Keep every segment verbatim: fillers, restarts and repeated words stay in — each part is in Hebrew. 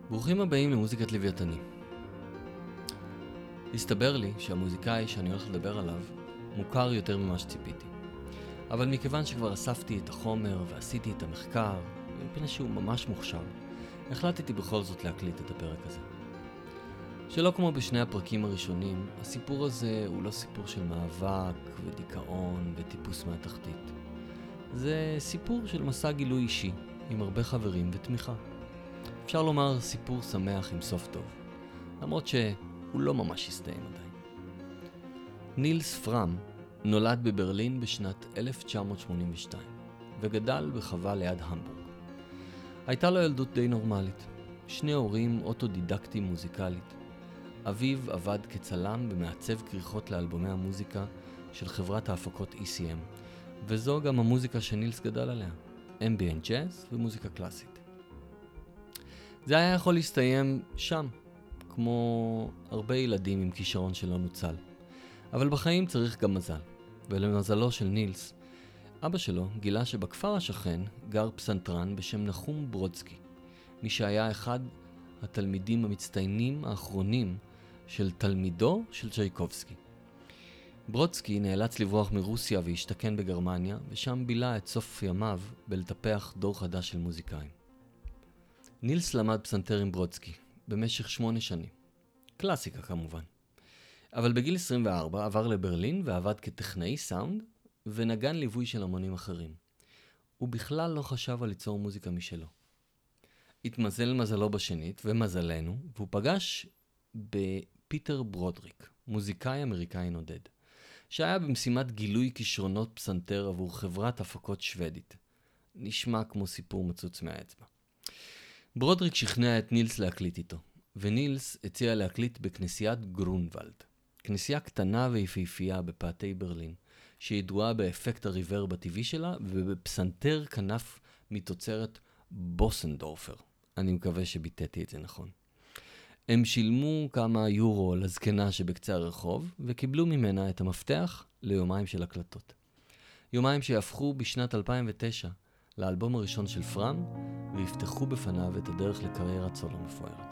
ברוכים הבאים למוזיקת לוויתני. הסתבר לי שהמוזיקאי שאני הולך לדבר עליו מוכר יותר ממה שציפיתי. אבל מכיוון שכבר אספתי את החומר ועשיתי את המחקר, ומפני שהוא ממש מוכשר, החלטתי בכל זאת להקליט את הפרק הזה. שלא כמו בשני הפרקים הראשונים, הסיפור הזה הוא לא סיפור של מאבק ודיכאון וטיפוס מהתחתית. זה סיפור של מסע גילוי אישי, עם הרבה חברים ותמיכה. אפשר לומר סיפור שמח עם סוף טוב, למרות שהוא לא ממש הסתיים עדיין. נילס פרם נולד בברלין בשנת אלף תשע מאות שמונים ושתיים, וגדל בחווה ליד המבורג. הייתה לו ילדות די נורמלית, שני הורים אוטודידקטים מוזיקלית. אביו עבד כצלם ומעצב כריכות לאלבומי המוזיקה של חברת ההפקות אי סי אם, וזו גם המוזיקה שנילס גדל עליה, אמביאנט ג'אז ומוזיקה קלאסית. זה היה יכול להסתיים שם, כמו הרבה ילדים עם כישרון שלא נוצל. אבל בחיים צריך גם מזל, ולמזלו של נילס, אבא שלו גילה שבכפר השכן גר פסנתרן בשם נחום ברודסקי, מי שהיה אחד התלמידים המצטיינים האחרונים של תלמידו של צ'ייקובסקי. ברודסקי נאלץ לברוח מרוסיה והשתכן בגרמניה, ושם בילה את סוף ימיו בלטפח דור חדש של מוזיקאים. נילס למד פסנתר עם ברודסקי במשך שמונה שנים. קלאסיקה כמובן. אבל בגיל עשרים וארבע עבר לברלין ועבד כטכנאי סאונד ונגן ליווי של המונים אחרים. הוא בכלל לא חשב על ליצור מוזיקה משלו. התמזל מזלו בשנית ומזלנו, והוא פגש בפיטר ברודריק, מוזיקאי אמריקאי נודד, שהיה במשימת גילוי כישרונות פסנתר עבור חברת הפקות שוודית. נשמע כמו סיפור מצוץ מהאצבע. ברודריק שכנע את נילס להקליט איתו, ונילס הציע להקליט בכנסיית גרונוולד, כנסייה קטנה ויפהפייה בפאתי ברלין, שידועה באפקט הריברב הטבעי שלה ובפסנתר כנף מתוצרת בוסנדורפר. אני מקווה שביטאתי את זה נכון. הם שילמו כמה יורו לזקנה שבקצה הרחוב, וקיבלו ממנה את המפתח ליומיים של הקלטות. יומיים שהפכו בשנת אלפיים ותשע לאלבום הראשון של פרם, ויפתחו בפניו את הדרך לקריירת סולו מפוארת.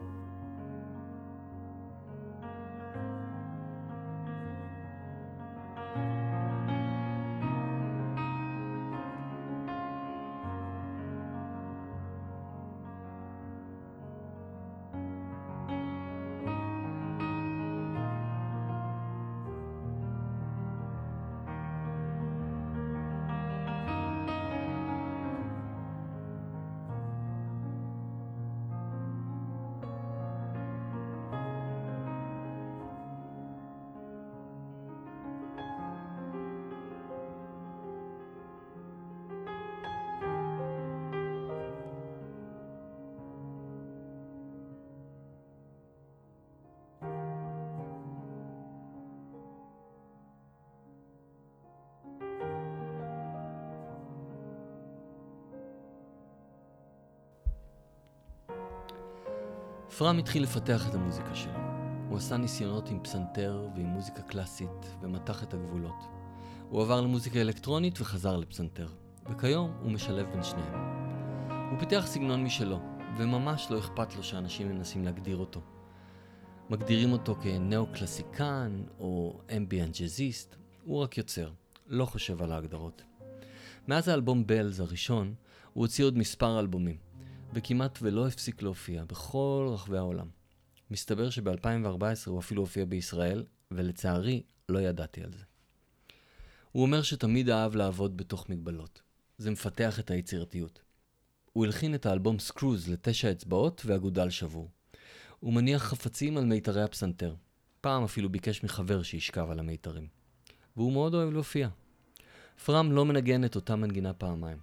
פרם התחיל לפתח את המוזיקה שלו. הוא עשה ניסיונות עם פסנתר ועם מוזיקה קלאסית ומתח את הגבולות. הוא עבר למוזיקה אלקטרונית וחזר לפסנתר, וכיום הוא משלב בין שניהם. הוא פיתח סגנון משלו, וממש לא אכפת לו שאנשים מנסים להגדיר אותו. מגדירים אותו כנאו-קלאסיקן או אמביאנט ג'אזיסט, הוא רק יוצר, לא חושב על ההגדרות. מאז האלבום בלז הראשון, הוא הוציא עוד מספר אלבומים. וכמעט ולא הפסיק להופיע בכל רחבי העולם. מסתבר שב-אלפיים וארבע עשרה הוא אפילו הופיע בישראל, ולצערי לא ידעתי על זה. הוא אומר שתמיד אהב לעבוד בתוך מגבלות. זה מפתח את היצירתיות. הוא הלחין את האלבום סקרוז לתשע אצבעות ואגודל שבור. הוא מניח חפצים על מיתרי הפסנתר. פעם אפילו ביקש מחבר שישכב על המיתרים. והוא מאוד אוהב להופיע. פרם לא מנגן את אותה מנגינה פעמיים.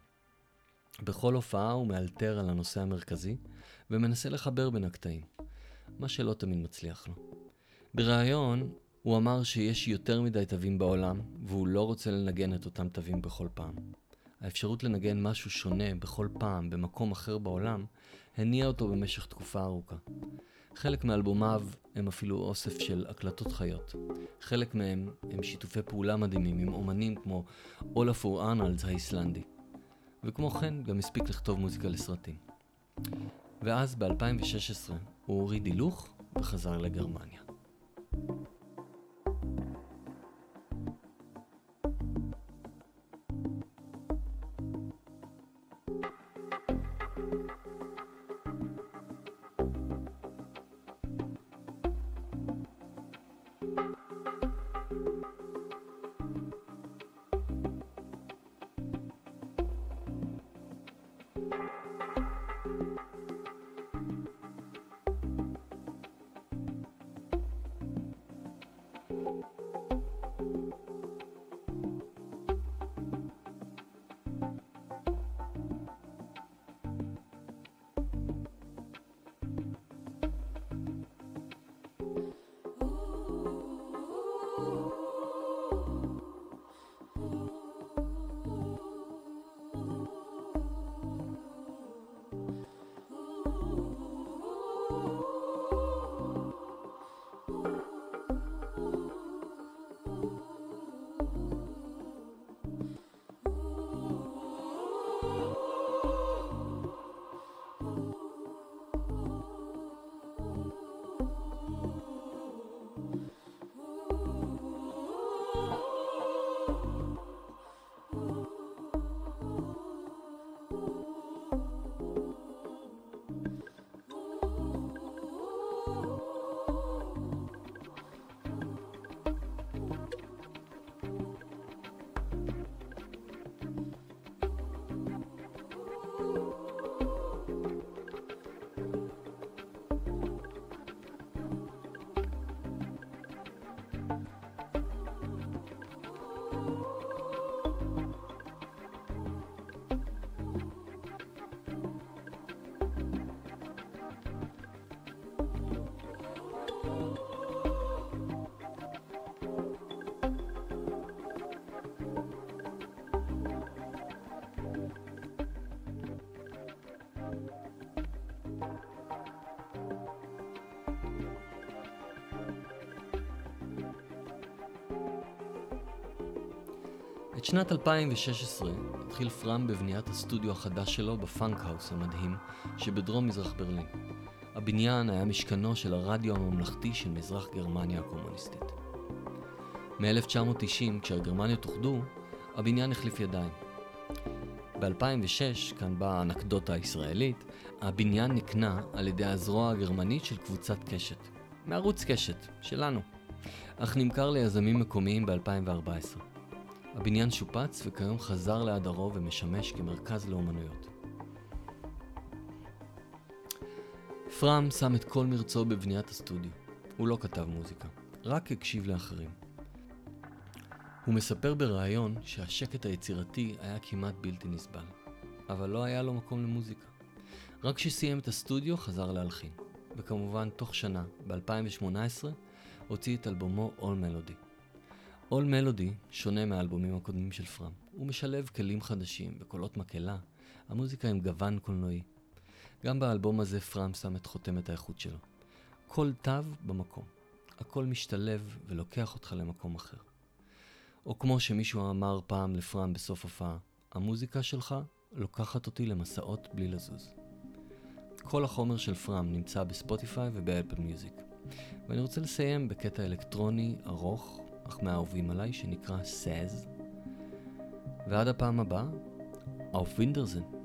בכל הופעה הוא מאלתר על הנושא המרכזי, ומנסה לחבר בין הקטעים, מה שלא תמיד מצליח לו. בראיון הוא אמר שיש יותר מדי תווים בעולם, והוא לא רוצה לנגן את אותם תווים בכל פעם. האפשרות לנגן משהו שונה בכל פעם במקום אחר בעולם, הניע אותו במשך תקופה ארוכה. חלק מאלבומיו הם אפילו אוסף של הקלטות חיות. חלק מהם הם שיתופי פעולה מדהימים עם אומנים כמו אולאפור ארנלדס האיסלנדי. וכמו כן גם הספיק לכתוב מוזיקה לסרטים. ואז ב-אלפיים ושש עשרה הוא הוריד הילוך וחזר לגרמניה. את שנת אלפיים ושש עשרה התחיל פרם בבניית הסטודיו החדש שלו בפאנק-האוס המדהים שבדרום מזרח ברלין. הבניין היה משכנו של הרדיו הממלכתי של מזרח גרמניה הקומוניסטית. מ-אלף תשע מאות תשעים, כשהגרמניות אוחדו, הבניין החליף ידיים. ב-אלפיים ושש, כאן באה האנקדוטה הישראלית, הבניין נקנה על ידי הזרוע הגרמנית של קבוצת קשת, מערוץ קשת, שלנו, אך נמכר ליזמים מקומיים ב-אלפיים וארבע עשרה. הבניין שופץ וכיום חזר להדרו ומשמש כמרכז לאומנויות. פרם שם את כל מרצו בבניית הסטודיו. הוא לא כתב מוזיקה, רק הקשיב לאחרים. הוא מספר בראיון שהשקט היצירתי היה כמעט בלתי נסבל, אבל לא היה לו מקום למוזיקה. רק כשסיים את הסטודיו חזר להלחין, וכמובן תוך שנה, ב-אלפיים ושמונה עשרה, הוציא את אלבומו All Melody. All Melody שונה מהאלבומים הקודמים של פרם. הוא משלב כלים חדשים וקולות מקהלה, המוזיקה עם גוון קולנועי. גם באלבום הזה פרם שם את חותמת האיכות שלו. כל תו במקום. הכל משתלב ולוקח אותך למקום אחר. או כמו שמישהו אמר פעם לפרם בסוף הופעה, המוזיקה שלך לוקחת אותי למסעות בלי לזוז. כל החומר של פרם נמצא בספוטיפיי ובאפל מיוזיק. ואני רוצה לסיים בקטע אלקטרוני ארוך, אך מהאהובים עליי, שנקרא סאז. ועד הפעם הבאה, auf Wiedersehen.